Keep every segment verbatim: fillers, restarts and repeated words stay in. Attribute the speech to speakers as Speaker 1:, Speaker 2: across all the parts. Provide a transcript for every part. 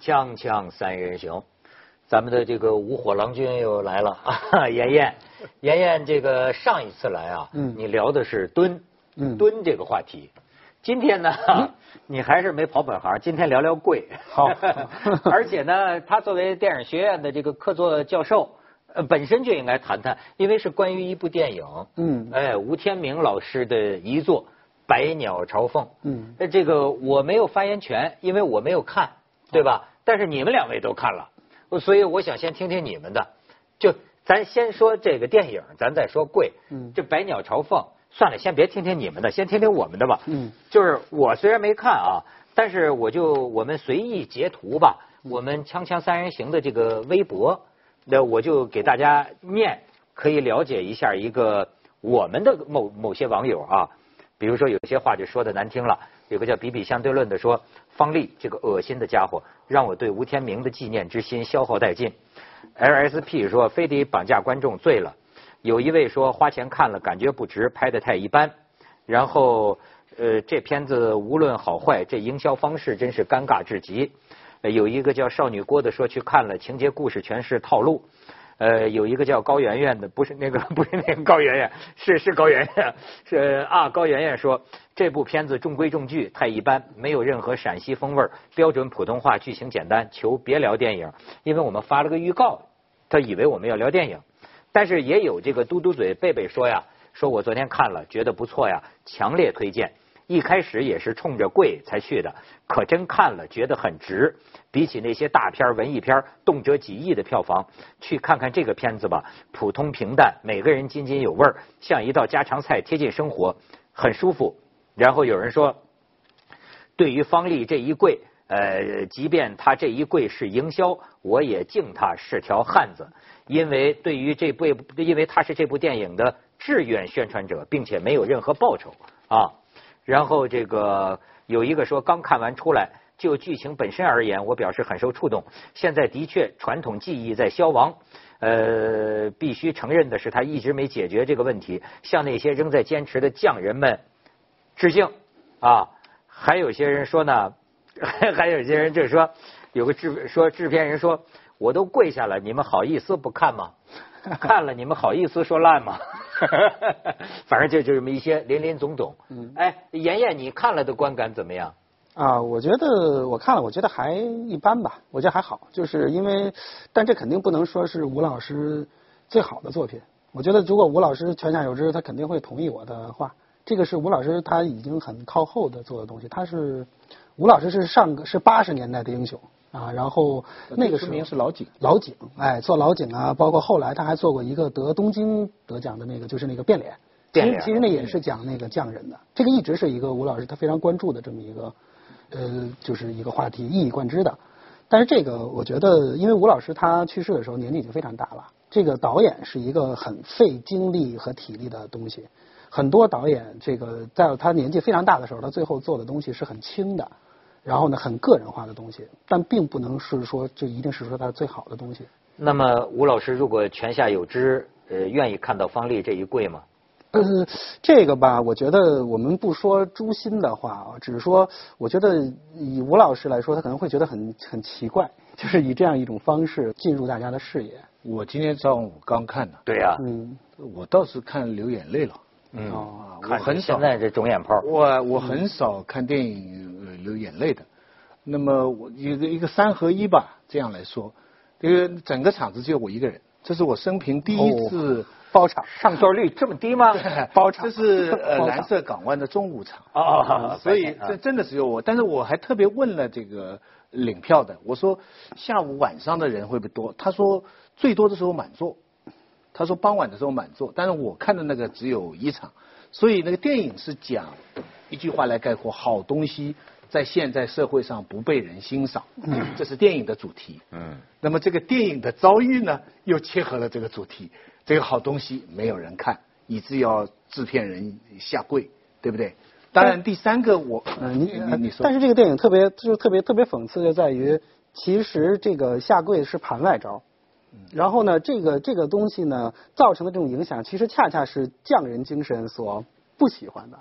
Speaker 1: 锵锵三人行，咱们的这个五火郎君又来了啊，妍妍，妍妍，这个上一次来啊，嗯，你聊的是蹲，嗯，蹲这个话题。今天呢，嗯、你还是没跑本行，今天聊聊贵。
Speaker 2: 好，
Speaker 1: 而且呢，他作为电影学院的这个客座教授，呃，本身就应该谈谈，因为是关于一部电影，嗯，哎，吴天明老师的遗作《百鸟朝凤》，嗯，这个我没有发言权，因为我没有看，对吧？但是你们两位都看了，所以我想先听听你们的。就咱先说这个电影，咱再说贵。嗯，这《百鸟朝凤》。算了，先别听听你们的，先听听我们的吧。嗯，就是我虽然没看啊，但是我就我们随意截图吧，我们锵锵三人行的这个微博，那我就给大家念，可以了解一下一个我们的某某些网友啊，比如说有些话就说的难听了，有个叫比比相对论的说，方励这个恶心的家伙，让我对吴天明的纪念之心消耗殆尽。L S P 说非得绑架观众，醉了。有一位说花钱看了感觉不值，拍得太一般。然后呃这片子无论好坏，这营销方式真是尴尬至极。呃、有一个叫少女郭的说去看了，情节故事全是套路。呃有一个叫高圆圆的，不是那个不是那个高圆圆，是是高圆圆，是啊高圆圆说这部片子中规中矩，太一般，没有任何陕西风味，标准普通话，剧情简单，求别聊电影，因为我们发了个预告，他以为我们要聊电影。但是也有这个嘟嘟嘴贝贝说呀，说我昨天看了，觉得不错呀，强烈推荐。一开始也是冲着贵才去的，可真看了觉得很值。比起那些大片文艺片，动辄几亿的票房，去看看这个片子吧，普通平淡，每个人津津有味，像一道家常菜，贴近生活，很舒服。然后有人说，对于方励这一跪，呃，即便他这一跪是营销，我也敬他是条汉子。因为对于这部，因为他是这部电影的志愿宣传者，并且没有任何报酬啊。然后这个有一个说刚看完出来，就剧情本身而言，我表示很受触动。现在的确传统技艺在消亡，呃，必须承认的是他一直没解决这个问题，向那些仍在坚持的匠人们致敬啊。还有些人说呢，还有些人就说有个制说制片人说。我都跪下了，你们好意思不看吗？看了你们好意思说烂吗？反正就就这么一些林林总总。嗯，哎，妍妍，你看了的观感怎么样？
Speaker 2: 啊，我觉得我看了，我觉得还一般吧，我觉得还好，就是因为，但这肯定不能说是吴老师最好的作品。我觉得如果吴老师泉下有知，他肯定会同意我的话。这个是吴老师他已经很靠后的做的东西，他是吴老师是上个是八十年代的英雄。啊，然后那个时候
Speaker 3: 是老井，
Speaker 2: 老井，哎，做老井啊，包括后来他还做过一个得东京得奖的那个，就是那个变脸，
Speaker 1: 变脸，
Speaker 2: 其实那也是讲那个匠人的，这个一直是一个吴老师他非常关注的这么一个，呃，就是一个话题，一以贯之的。但是这个我觉得，因为吴老师他去世的时候年纪已经非常大了，这个导演是一个很费精力和体力的东西，很多导演这个在他年纪非常大的时候，他最后做的东西是很轻的。然后呢，很个人化的东西，但并不能是说这一定是说它最好的东西。
Speaker 1: 那么吴老师如果泉下有知，呃，愿意看到方励这一跪吗？
Speaker 2: 呃，这个吧，我觉得我们不说诛心的话啊，只是说，我觉得以吴老师来说，他可能会觉得很很奇怪，就是以这样一种方式进入大家的视野。
Speaker 3: 我今天上午刚看的。
Speaker 1: 对呀、啊，
Speaker 3: 嗯，我倒是看流眼泪了。
Speaker 1: 嗯，
Speaker 3: 哦，
Speaker 1: 我
Speaker 3: 很少。
Speaker 1: 现在这肿眼泡。
Speaker 3: 我我很少看电影、呃、流眼泪的。那么我一个一个三合一吧，这样来说，这个整个场子只有我一个人，这是我生平第一次、
Speaker 2: 哦、包场，
Speaker 1: 上座率这么低吗？
Speaker 2: 包场，
Speaker 3: 这是呃蓝色港湾的中午场
Speaker 1: 哦，
Speaker 3: 所以这真的只有我。但是我还特别问了这个领票的，我说下午晚上的人会不会多？他说最多的时候满座，他说傍晚的时候满座，但是我看的那个只有一场，所以那个电影是讲一句话来概括，好东西在现在社会上不被人欣赏，嗯，这是电影的主题。嗯，那么这个电影的遭遇呢，又切合了这个主题。这个好东西没有人看，以致要制片人下跪，对不对？当然，第三个我，
Speaker 2: 嗯，你你你说，但是这个电影特别就是特别特别讽刺，就在于其实这个下跪是盘外招。然后呢，这个这个东西呢，造成的这种影响，其实恰恰是匠人精神所不喜欢的。嗯，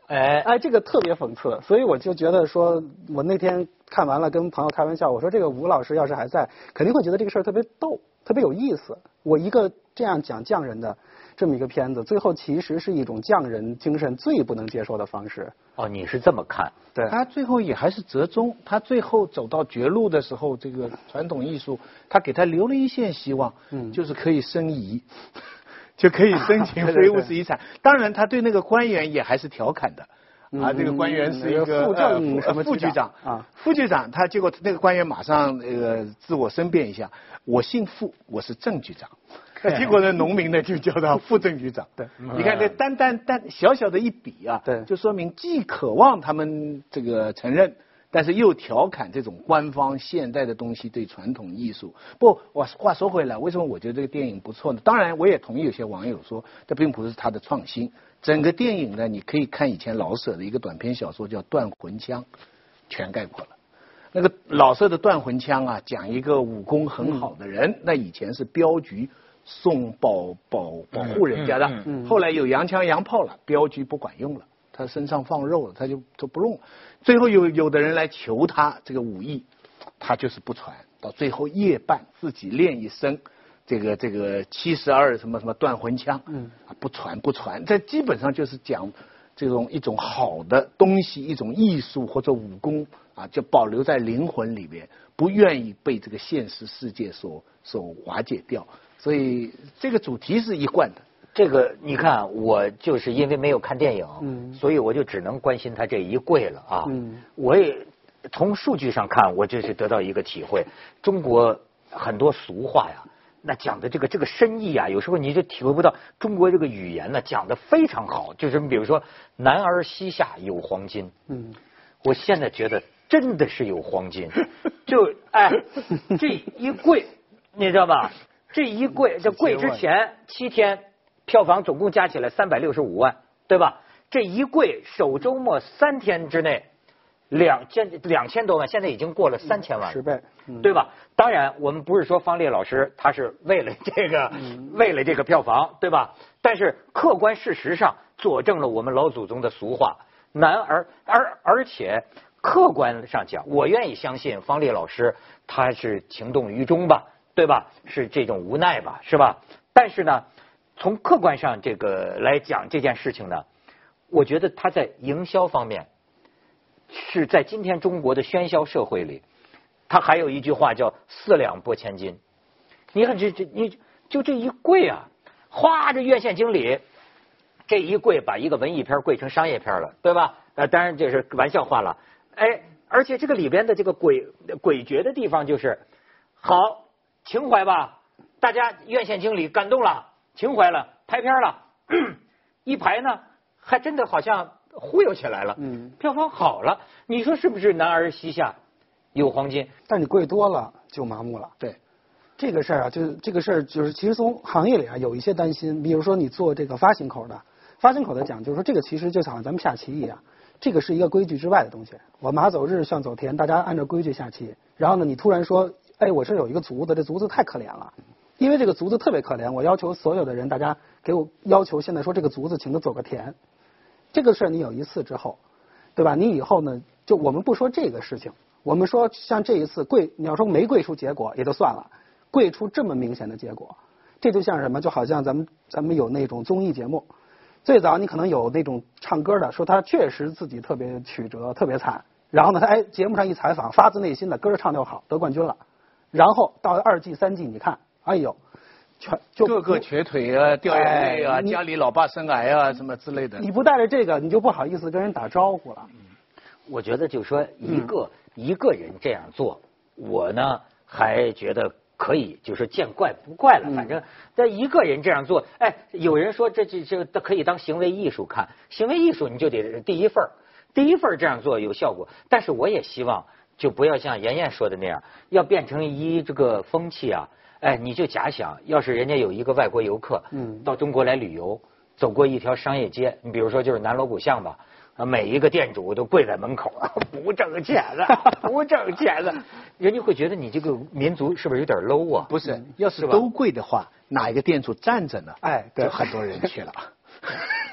Speaker 2: 哎哎，这个特别讽刺，所以我就觉得说，我那天看完了，跟朋友开玩笑，我说这个吴老师要是还在，肯定会觉得这个事儿特别逗，特别有意思。我一个这样讲匠人的这么一个片子，最后其实是一种匠人精神最不能接受的方式。
Speaker 1: 哦，你是这么看？
Speaker 2: 对，
Speaker 3: 他最后也还是折中，他最后走到绝路的时候，这个传统艺术，他给他留了一线希望，嗯，就是可以申遗。就可以申请非物质遗产。当然，他对那个官员也还是调侃的。啊，这个官员是一个
Speaker 2: 副政什么
Speaker 3: 副局长啊，副局长，他结果那个官员马上那个自我申辩一下，我姓傅，我是正局长。结果呢，农民呢就叫他副正局长。对，你看这单单单小小的一笔啊，
Speaker 2: 对，
Speaker 3: 就说明既渴望他们这个承认。但是又调侃这种官方现代的东西对传统艺术。不，我话说回来，为什么我觉得这个电影不错呢？当然，我也同意有些网友说，这并不是他的创新。整个电影呢，你可以看以前老舍的一个短篇小说叫《断魂枪》，全概括了。那个老舍的《断魂枪》啊，讲一个武功很好的人，嗯、那以前是镖局送保保保护人家的，嗯嗯嗯、后来有洋枪洋炮了，镖局不管用了。他身上放肉了，他就就不用了。最后有有的人来求他这个武艺，他就是不传。到最后夜半自己练一身，这个这个七十二什么什么断魂枪，嗯，啊不传不传。这基本上就是讲这种一种好的东西，一种艺术或者武功啊，就保留在灵魂里面，不愿意被这个现实世界所所瓦解掉。所以这个主题是一贯的。
Speaker 1: 这个你看，我就是因为没有看电影，嗯，所以我就只能关心他这一跪了啊。嗯，我也从数据上看，我就是得到一个体会：中国很多俗话呀，那讲的这个这个深意啊，有时候你就体会不到。中国这个语言呢，讲的非常好，就是比如说“男儿膝下有黄金”，嗯，我现在觉得真的是有黄金，就哎这一跪，你知道吧？这一跪，这跪之前七天。票房总共加起来三百六十五万，对吧？这一跪首周末三天之内，两千两千多万，现在已经过了三千万了，
Speaker 2: 十倍，
Speaker 1: 嗯、对吧？当然，我们不是说方烈老师他是为了这个，嗯、为了这个票房，对吧？但是客观事实上佐证了我们老祖宗的俗话，男儿而而且客观上讲，我愿意相信方烈老师他是情动于衷吧，对吧？是这种无奈吧，是吧？但是呢。从客观上这个来讲这件事情呢，我觉得他在营销方面是在今天中国的喧嚣社会里，他还有一句话叫四两拨千斤。你看这这你就这一跪啊，哗，这院线经理这一跪把一个文艺片跪成商业片了，对吧？呃，当然这是玩笑话了。哎，而且这个里边的这个诡诡谲的地方就是好情怀吧，大家院线经理感动了。情怀了，拍片了，一排呢，还真的好像忽悠起来了，嗯，票房好了，你说是不是？男儿膝下有黄金，
Speaker 2: 但你跪多了就麻木了。
Speaker 3: 对，
Speaker 2: 这个事儿啊，就是这个事儿，就是其实从行业里啊有一些担心，比如说你做这个发行口的，发行口的讲，就是说这个其实就好像咱们下棋一样，这个是一个规矩之外的东西。我马走日，象走田，大家按照规矩下棋，然后呢，你突然说，哎，我这有一个卒子，这卒子太可怜了。因为这个卒子特别可怜，我要求所有的人，大家给我要求，现在说这个卒子请他走个田，这个事儿你有一次之后，对吧？你以后呢，就我们不说这个事情，我们说像这一次跪，你要说没跪出结果也就算了，跪出这么明显的结果，这就像什么？就好像咱们咱们有那种综艺节目，最早你可能有那种唱歌的，说他确实自己特别曲折，特别惨，然后呢，他哎节目上一采访，发自内心的歌唱得好，得冠军了，然后到二季三季，你看。哎呦，
Speaker 3: 全就个个瘸腿啊，掉眼泪啊，家里老爸生癌啊，什么之类的。
Speaker 2: 你不带着这个，你就不好意思跟人打招呼了。
Speaker 1: 我觉得就说一个、嗯、一个人这样做，我呢还觉得可以，就是见怪不怪了。反正但一个人这样做，哎，有人说这这这可以当行为艺术看，行为艺术你就得第一份第一份这样做有效果。但是我也希望就不要像妍妍说的那样，要变成一这个风气啊。哎，你就假想，要是人家有一个外国游客，嗯，到中国来旅游，走过一条商业街，你比如说就是南锣鼓巷吧，啊，每一个店主都跪在门口，不挣钱了，不挣钱了，人家会觉得你这个民族是不是有点 low 啊？
Speaker 3: 不是，要是都跪的话，哪一个店主站着呢？哎，就很多人去了。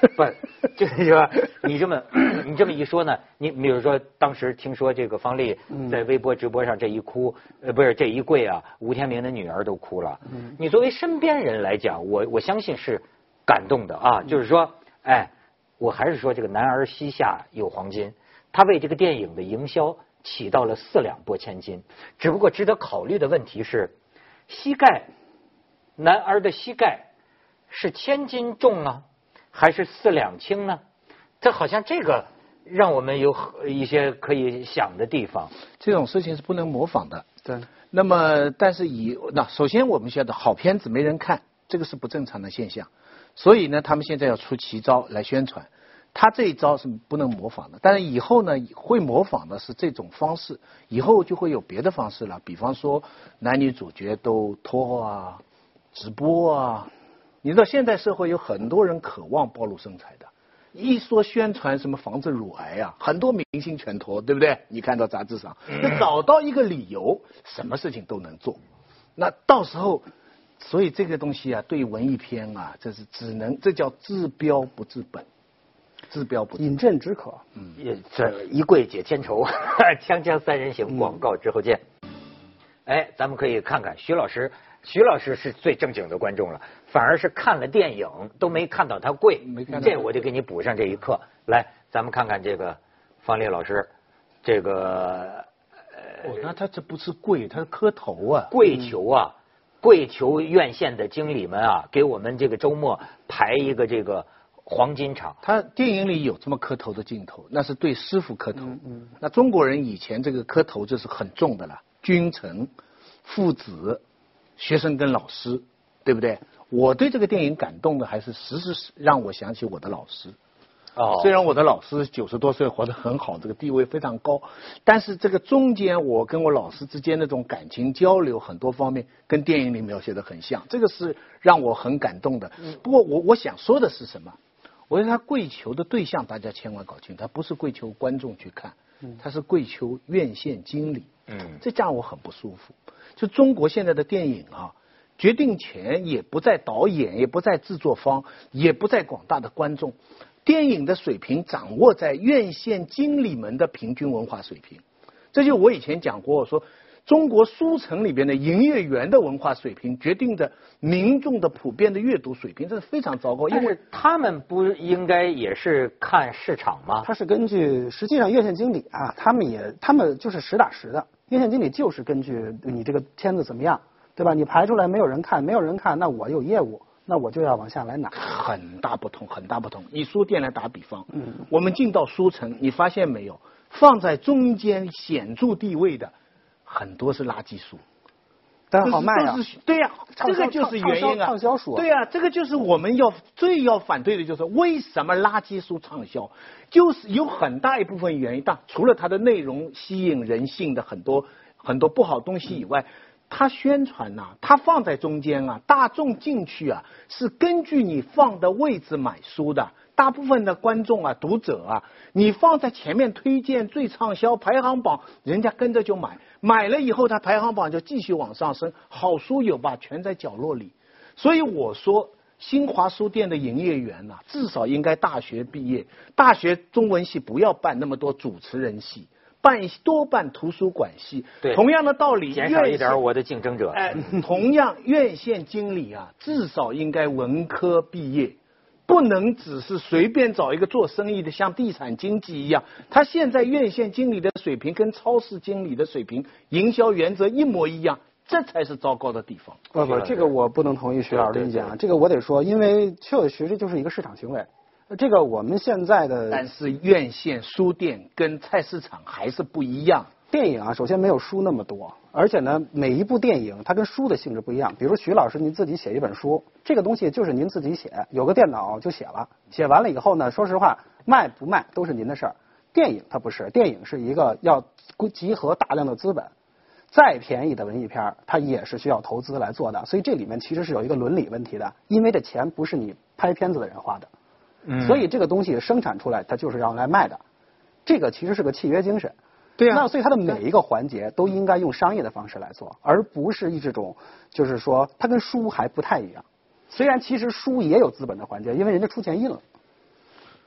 Speaker 1: 不，就是说你这么你这么一说呢，你比如说当时听说这个方丽在微博直播上这一哭，呃，不是这一跪啊，吴天明的女儿都哭了。嗯，你作为身边人来讲，我我相信是感动的啊，就是说，哎，我还是说这个男儿膝下有黄金，他为这个电影的营销起到了四两拨千斤。只不过值得考虑的问题是，膝盖，男儿的膝盖是千斤重啊，还是四两轻呢？这好像这个让我们有一些可以想的地方。
Speaker 3: 这种事情是不能模仿的。
Speaker 2: 对。
Speaker 3: 那么，但是以那首先我们晓得好片子没人看，这个是不正常的现象。所以呢，他们现在要出奇招来宣传。他这一招是不能模仿的，但是以后呢，会模仿的是这种方式，以后就会有别的方式了。比方说，男女主角都脱啊，直播啊。你知道现在社会有很多人渴望暴露身材的，一说宣传什么防治乳癌啊，很多明星全脱，对不对？你看到杂志上，就找到一个理由，什么事情都能做。那到时候，所以这个东西啊，对文艺片啊，这是只能这叫治标不治本。治标不治本，
Speaker 2: 饮鸩止渴。
Speaker 1: 嗯，这一跪解千愁，锵锵三人行，广告之后见。哎，咱们可以看看徐老师，徐老师是最正经的观众了，反而是看了电影都没看到他跪，
Speaker 3: 没看到
Speaker 1: 这我就给你补上这一课。来，咱们看看这个方烈老师，这个
Speaker 3: 呃，哦，那他这不是跪，他是磕头啊，
Speaker 1: 跪求啊，跪求院线的经理们啊，给我们这个周末排一个这个。黄金场，
Speaker 3: 他电影里有这么磕头的镜头，那是对师傅磕头。嗯嗯，那中国人以前这个磕头就是很重的了，君臣、父子、学生跟老师，对不对？我对这个电影感动的还是时时让我想起我的老师。哦，虽然我的老师九十多岁活得很好，这个地位非常高，但是这个中间我跟我老师之间那种感情交流，很多方面跟电影里描写的很像，这个是让我很感动的。不过我我想说的是什么？我觉得他跪求的对象，大家千万搞清楚，他不是跪求观众去看，他是跪求院线经理。嗯，这让我很不舒服。就中国现在的电影啊，决定权也不在导演，也不在制作方，也不在广大的观众，电影的水平掌握在院线经理们的平均文化水平。这就我以前讲过，我说中国书城里边的营业员的文化水平决定着民众的普遍的阅读水平，这是非常糟糕。
Speaker 1: 因为他们不应该也是看市场吗？
Speaker 2: 他是根据实际上院线经理啊，他们也他们就是实打实的，院线经理就是根据你这个片子怎么样，对吧？你排出来没有人看，没有人看，那我有业务，那我就要往下来拿。
Speaker 3: 很大不同，很大不同。以书店来打比方，嗯，我们进到书城，你发现没有，放在中间显著地位的。很多是垃圾书，
Speaker 2: 但是好卖啊！
Speaker 3: 对呀、啊，这个就是原因啊！
Speaker 2: 畅销书，
Speaker 3: 对呀、啊，这个就是我们要最要反对的，就是为什么垃圾书畅销，就是有很大一部分原因。但除了它的内容吸引人性的很多很多不好东西以外，它宣传呐、啊，它放在中间啊，大众进去啊，是根据你放的位置买书的。大部分的观众啊、读者啊，你放在前面推荐最畅销排行榜，人家跟着就买，买了以后，它排行榜就继续往上升。好书有吧，全在角落里。所以我说，新华书店的营业员呐、啊，至少应该大学毕业，大学中文系不要办那么多主持人系，办多办图书馆系。
Speaker 1: 对，
Speaker 3: 同样的道理，
Speaker 1: 减少一点我的竞争者。
Speaker 3: 哎，同样院线经理啊，至少应该文科毕业。不能只是随便找一个做生意的，像地产经纪一样。他现在院线经理的水平跟超市经理的水平、营销原则一模一样，这才是糟糕的地方。
Speaker 2: 不不，这个我不能同意徐老师的意见啊。这个我得说，因为确实这就是一个市场行为。这个我们现在的，
Speaker 3: 但是院线书店跟菜市场还是不一样。
Speaker 2: 电影啊，首先没有书那么多，而且呢，每一部电影它跟书的性质不一样。比如徐老师您自己写一本书，这个东西就是您自己写，有个电脑就写了，写完了以后呢，说实话，卖不卖都是您的事儿。电影它不是，电影是一个要集合大量的资本，再便宜的文艺片它也是需要投资来做的，所以这里面其实是有一个伦理问题的，因为这钱不是你拍片子的人花的，嗯，所以这个东西生产出来它就是要来卖的，这个其实是个契约精神。
Speaker 3: 对啊，
Speaker 2: 那所以它的每一个环节都应该用商业的方式来做，而不是以这种就是说它跟书还不太一样。虽然其实书也有资本的环节，因为人家出钱印了。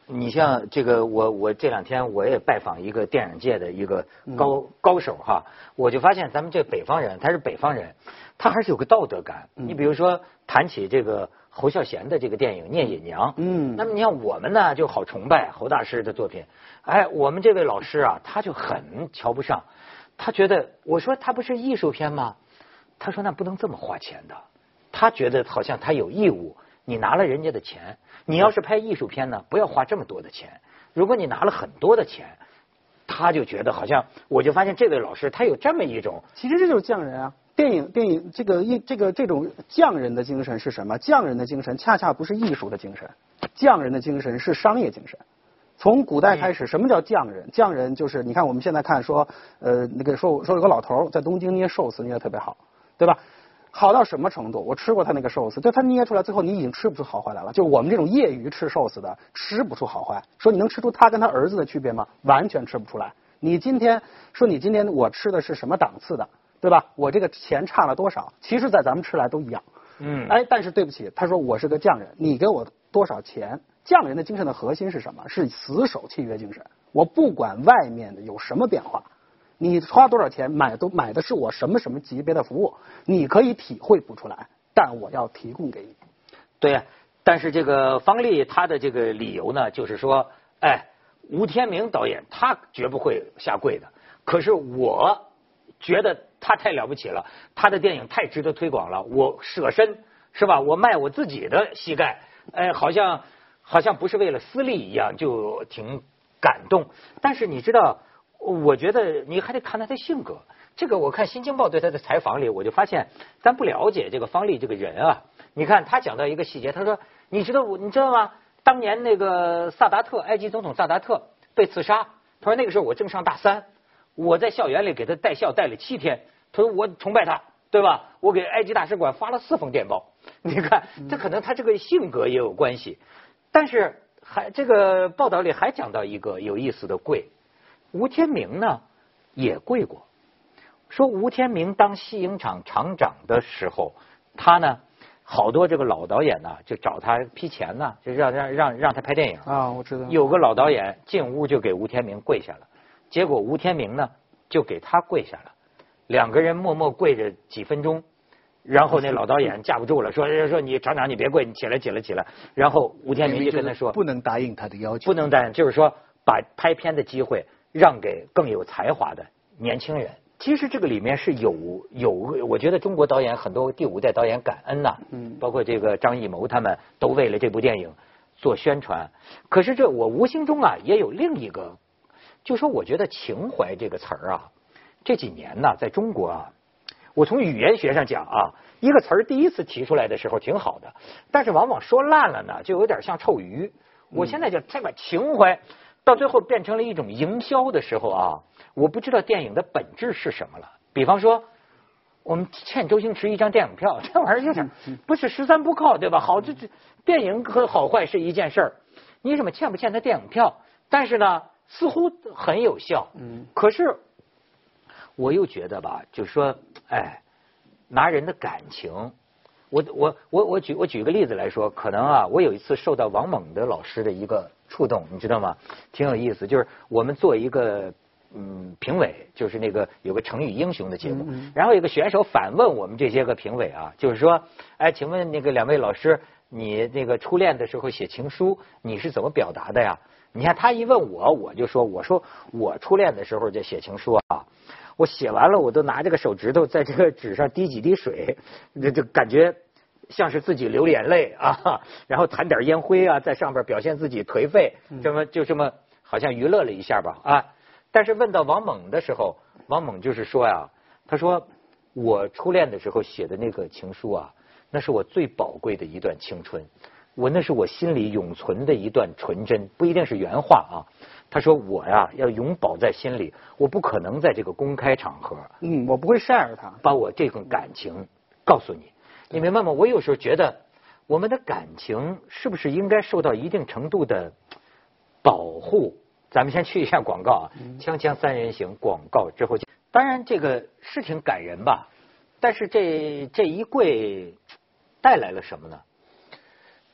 Speaker 1: 你像这个，我我这两天我也拜访一个电影界的一个高、嗯、高手哈，我就发现咱们这北方人，他是北方人，他还是有个道德感。嗯、你比如说谈起这个侯孝贤的这个电影《聂隐娘》，嗯，那么你像我们呢就好崇拜侯大师的作品，哎，我们这位老师啊，他就很瞧不上，他觉得我说他不是艺术片吗？他说那不能这么花钱的，他觉得好像他有义务。你拿了人家的钱，你要是拍艺术片呢，不要花这么多的钱。如果你拿了很多的钱，他就觉得好像，我就发现这位老师他有这么一种，
Speaker 2: 其实这就是匠人啊。电影电影这个艺这个这种匠人的精神是什么？匠人的精神恰恰不是艺术的精神，匠人的精神是商业精神。从古代开始，什么叫匠人？匠人就是你看我们现在看说，呃，那个说说有个老头在东京捏寿司捏得特别好，对吧？好到什么程度？我吃过他那个寿司，就他捏出来，最后你已经吃不出好坏来了。就我们这种业余吃寿司的，吃不出好坏。说你能吃出他跟他儿子的区别吗？完全吃不出来。你今天说你今天我吃的是什么档次的，对吧？我这个钱差了多少？其实，在咱们吃来都一样。嗯。哎，但是对不起，他说我是个匠人，你给我多少钱？匠人的精神的核心是什么？是死守契约精神。我不管外面的有什么变化。你花多少钱买都买的是我什么什么级别的服务，你可以体会不出来，但我要提供给你。
Speaker 1: 对呀、啊，但是这个方丽他的这个理由呢，就是说，哎，吴天明导演他绝不会下跪的，可是我觉得他太了不起了，他的电影太值得推广了，我舍身是吧？我卖我自己的膝盖，哎，好像好像不是为了私利一样，就挺感动。但是你知道。我觉得你还得看他的性格。这个我看《新京报》对他的采访里，我就发现咱不了解这个方丽这个人啊。你看他讲到一个细节，他说：“你知道我，你知道吗？当年那个萨达特，埃及总统萨达特被刺杀，他说那个时候我正上大三，我在校园里给他带校带了七天。他说我崇拜他，对吧？我给埃及大使馆发了四封电报。你看，这可能他这个性格也有关系。但是还这个报道里还讲到一个有意思的跪。”吴天明呢也跪过，说吴天明当西影厂厂长的时候，他呢好多这个老导演呢就找他批钱呢，就让让让让他拍电影
Speaker 2: 啊。我知道
Speaker 1: 有个老导演进屋就给吴天明跪下了，结果吴天明呢就给他跪下了，两个人默默跪着几分钟，然后那老导演架不住了，说说你厂长你别跪，你起来起来起来。然后吴天明就跟他说
Speaker 3: 不能答应他的要求，
Speaker 1: 不能答应，就是说把拍片的机会让给更有才华的年轻人。其实这个里面是有有，我觉得中国导演很多第五代导演感恩呐、啊，嗯，包括这个张艺谋他们都为了这部电影做宣传。可是这我无形中啊也有另一个，就说我觉得情怀这个词儿啊，这几年呢在中国啊，我从语言学上讲啊，一个词儿第一次提出来的时候挺好的，但是往往说烂了呢，就有点像臭鱼。我现在就这个情怀。到最后变成了一种营销的时候啊，我不知道电影的本质是什么了。比方说，我们欠周星驰一张电影票，这玩意儿有点不是十三不靠，对吧？好，这这电影和好坏是一件事儿，你怎么欠不欠他电影票？但是呢，似乎很有效。嗯。可是我又觉得吧，就是说，哎，拿人的感情。我我我我举我举个例子来说，可能啊，我有一次受到王猛的老师的一个触动，你知道吗？挺有意思，就是我们做一个嗯评委，就是那个有个成语英雄的节目，嗯嗯然后有个选手反问我们这些个评委啊，就是说，哎，请问那个两位老师，你那个初恋的时候写情书，你是怎么表达的呀？你看他一问我，我就说，我说我初恋的时候就写情书啊。我写完了，我都拿这个手指头在这个纸上滴几滴水，这就感觉像是自己流眼泪啊，然后弹点烟灰啊，在上边表现自己颓废，这么就这么好像娱乐了一下吧啊。但是问到王猛的时候，王猛就是说呀，他说我初恋的时候写的那个情书啊，那是我最宝贵的一段青春，我那是我心里永存的一段纯真，不一定是原话啊。他说我呀要永保在心里，我不可能在这个公开场合，
Speaker 2: 嗯，我不会 share 它，
Speaker 1: 把我这份感情告诉你，你明白吗？我有时候觉得我们的感情是不是应该受到一定程度的保护？咱们先去一下广告啊，锵锵三人行广告之后见。当然这个是挺感人吧，但是这这一跪带来了什么呢？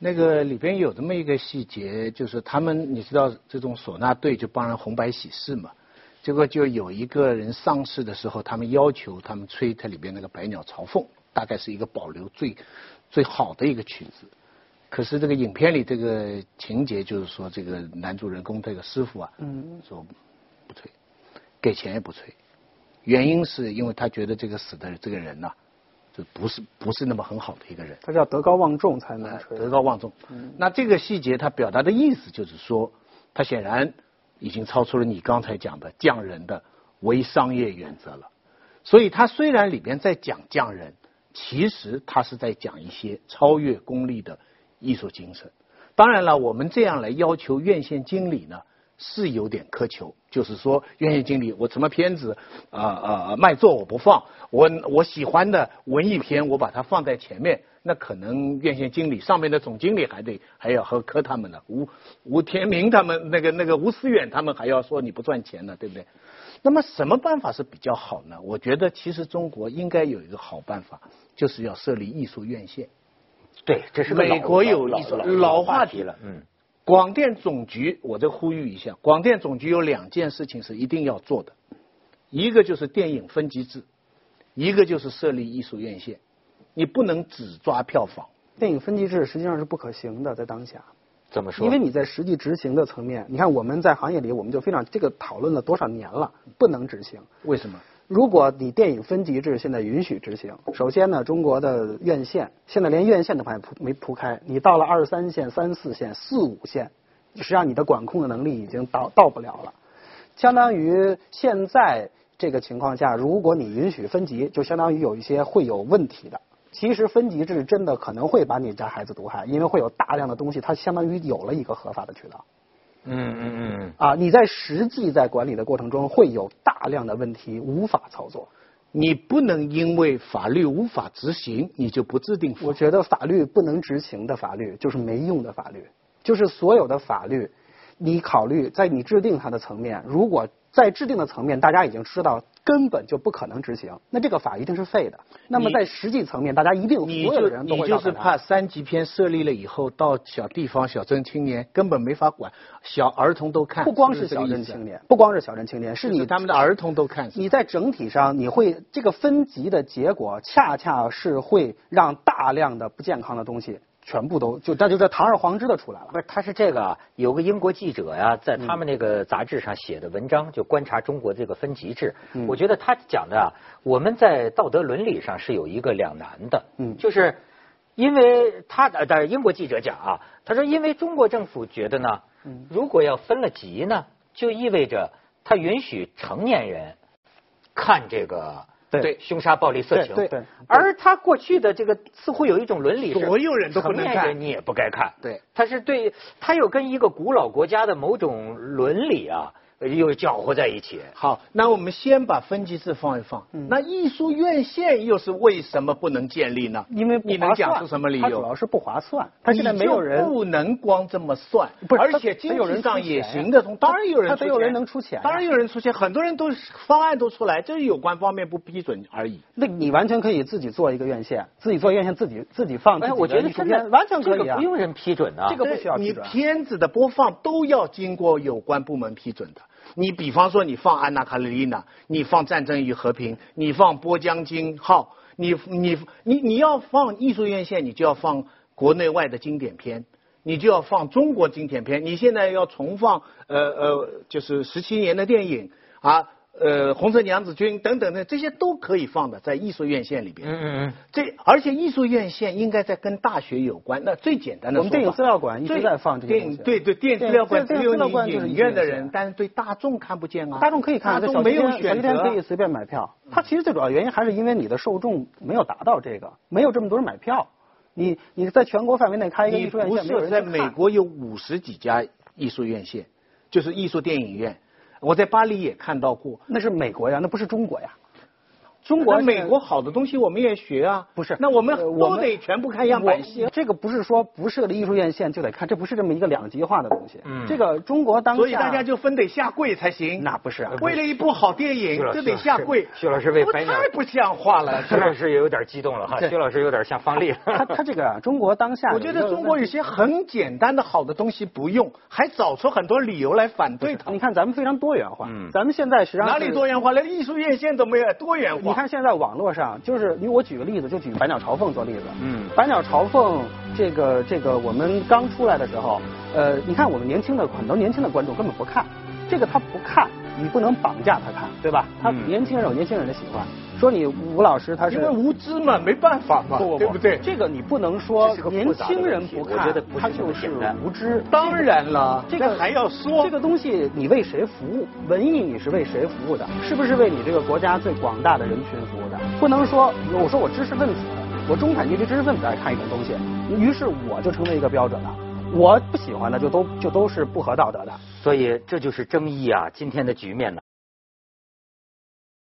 Speaker 3: 那个里边有这么一个细节，就是他们你知道这种唢呐队就帮人红白喜事嘛，结果就有一个人丧事的时候，他们要求他们吹它里边那个百鸟朝凤，大概是一个保留最最好的一个曲子。可是这个影片里这个情节就是说，这个男主人公这个师傅啊，嗯，说不吹，给钱也不吹，原因是因为他觉得这个死的这个人呐、啊，就不是不是那么很好的一个人，
Speaker 2: 他是要德高望重才能吹，
Speaker 3: 德高望重。嗯，那这个细节他表达的意思就是说，他显然已经超出了你刚才讲的匠人的唯商业原则了。所以他虽然里边在讲匠人，其实他是在讲一些超越功利的艺术精神。当然了，我们这样来要求院线经理呢，是有点苛求。就是说，院线经理，我什么片子啊啊、呃、卖座我不放，我我喜欢的文艺片我把它放在前面，那可能院线经理上面的总经理还得还要和磕他们呢，吴吴天明他们那个那个吴思远他们还要说你不赚钱呢，对不对？那么什么办法是比较好呢？我觉得其实中国应该有一个好办法，就是要设立艺术院线。
Speaker 1: 对，这是个
Speaker 3: 美国有艺术老话题
Speaker 1: 了，嗯。
Speaker 3: 广电总局，我这呼吁一下，广电总局有两件事情是一定要做的，一个就是电影分级制，一个就是设立艺术院线。你不能只抓票房。
Speaker 2: 电影分级制实际上是不可行的，在当下。
Speaker 1: 怎么说？
Speaker 2: 因为你在实际执行的层面，你看我们在行业里，我们就非常这个讨论了多少年了，不能执行。
Speaker 3: 为什么？
Speaker 2: 如果你电影分级制现在允许执行，首先呢，中国的院线现在连院线都还铺没铺开，你到了二三线、三四线、四五线，实际上你的管控的能力已经到到不了了。相当于现在这个情况下，如果你允许分级，就相当于有一些会有问题的。其实分级制真的可能会把你家孩子毒害，因为会有大量的东西，它相当于有了一个合法的渠道。
Speaker 1: 嗯嗯嗯。
Speaker 2: 啊，你在实际在管理的过程中会有大量的问题无法操作。
Speaker 3: 你不能因为法律无法执行，你就不制定法律。
Speaker 2: 我觉得法律不能执行的法律就是没用的法律，就是所有的法律，你考虑在你制定它的层面，如果在制定的层面大家已经知道根本就不可能执行，那这个法一定是废的。那么在实际层面，大家一定所有的人都会
Speaker 3: 你就是怕三级片设立了以后，到小地方小镇青年根本没法管，小儿童都看。
Speaker 2: 不光是小镇青年，不光是小镇青年，是你
Speaker 3: 他们的儿童都看。
Speaker 2: 你在整体上，你会这个分级的结果，恰恰是会让大量的不健康的东西。全部都就这就这堂而皇之的出来了。
Speaker 1: 不是，他是这个啊，有个英国记者呀，在他们那个杂志上写的文章，就观察中国这个分级制。嗯、我觉得他讲的啊，我们在道德伦理上是有一个两难的。嗯，就是因为他的，但是英国记者讲啊，他说因为中国政府觉得呢，嗯，如果要分了级呢，就意味着他允许成年人看这个。对，凶杀、暴力、色情。
Speaker 2: 对对。
Speaker 1: 而他过去的这个似乎有一种伦理，
Speaker 3: 所有人都不能看，
Speaker 1: 你也不该看。
Speaker 3: 对，
Speaker 1: 他是对，他又跟一个古老国家的某种伦理啊，又搅和在一起。
Speaker 3: 好，那我们先把分级制放一放。嗯、那艺术院线又是为什么不能建立呢？
Speaker 2: 因为
Speaker 3: 你能讲出什么理由？
Speaker 2: 它主要是不划算。他现在没有人
Speaker 3: 不能光这么算，
Speaker 2: 不是，
Speaker 3: 而且经济上也行得通。当然有人出钱，
Speaker 2: 他得有人能出钱，
Speaker 3: 当然有人出钱，很多人都方案都出来，就是有关方面不批准而已。
Speaker 2: 那你完全可以自己做一个院线，自己做院线，自己自己放。
Speaker 1: 哎，我觉得
Speaker 2: 真的完全可以啊，
Speaker 1: 这个不用人批准啊，
Speaker 2: 这个不需要批准。
Speaker 3: 你片子的播放都要经过有关部门批准的。你比方说，你放《安娜·卡列尼娜》，你放《战争与和平》，你放《波江金号》，你你你你要放艺术院线，你就要放国内外的经典片，你就要放中国经典片。你现在要重放呃呃，就是十七年的电影啊。呃，红色娘子军等等的这些都可以放的，在艺术院线里边。嗯嗯嗯。这而且艺术院线应该在跟大学有关。那最简单的，
Speaker 2: 我们电影资料馆一直在放这些
Speaker 3: 电影，对对，电影资料馆只有你影院的人，但是对大众看不见啊。
Speaker 2: 大众可以看，
Speaker 3: 大众没有选择，
Speaker 2: 可以随便买票。它其实最主要原因还是因为你的受众没有达到这个，没有这么多人买票。你你在全国范围内开一个艺术院线，没有人
Speaker 3: 在美国有五十几家艺术院线，就是艺术电影院。我在巴黎也看到过，
Speaker 2: 那是美国呀，那不是中国呀。 中国
Speaker 3: 美国好的东西我们也学啊，
Speaker 2: 不是？
Speaker 3: 那我们都得全部看样板戏。
Speaker 2: 这个不是说不设立艺术院线就得看，这不是这么一个两极化的东西。嗯，这个中国当下，
Speaker 3: 所以大家就分得下跪才行。
Speaker 2: 那不是啊，
Speaker 3: 为了一部好电影就得下跪。
Speaker 1: 徐老师为白鸟
Speaker 3: 太不像话了。
Speaker 1: 徐老师也有点激动了哈，徐老师有点像方力。
Speaker 2: 他他这个中国当下，
Speaker 3: 我觉得中国有些很简单的好的东西不用，还找出很多理由来反对它。
Speaker 2: 你看咱们非常多元化，嗯，咱们现在实际上
Speaker 3: 哪里多元化？连艺术院线都没有多元化。
Speaker 2: 你看现在网络上，就是你我举个例子，就举百鸟朝凤做例子。嗯，百鸟朝凤这个这个我们刚出来的时候，呃，你看我们年轻的很多年轻的观众根本不看，这个他不看，你不能绑架他看，对吧？他年轻人有年轻人的喜欢。说你吴老师他是
Speaker 3: 因为无知嘛，没办法嘛，
Speaker 2: 不不不
Speaker 3: 对不对？
Speaker 2: 这个你不能说年轻人不看，
Speaker 1: 我觉得不
Speaker 2: 他就是无知。
Speaker 3: 当然了，
Speaker 2: 这个
Speaker 3: 还要说
Speaker 2: 这个东西你为谁服务？文艺你是为谁服务的？是不是为你这个国家最广大的人群服务的？不能说我说我知识分子，我中产阶级知识分子来看一种东西，于是我就成为一个标准了。我不喜欢的就都就都是不合道德的。
Speaker 1: 所以这就是争议啊，今天的局面呢。